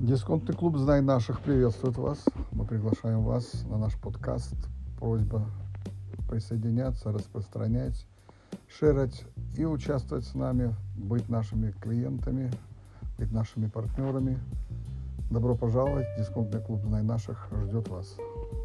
Дисконтный клуб «Знай наших» приветствует вас. Мы приглашаем вас на наш подкаст. Просьба присоединяться, распространять, шерить и участвовать с нами, быть нашими клиентами, быть нашими партнерами. Добро пожаловать. Дисконтный клуб «Знай наших» ждет вас.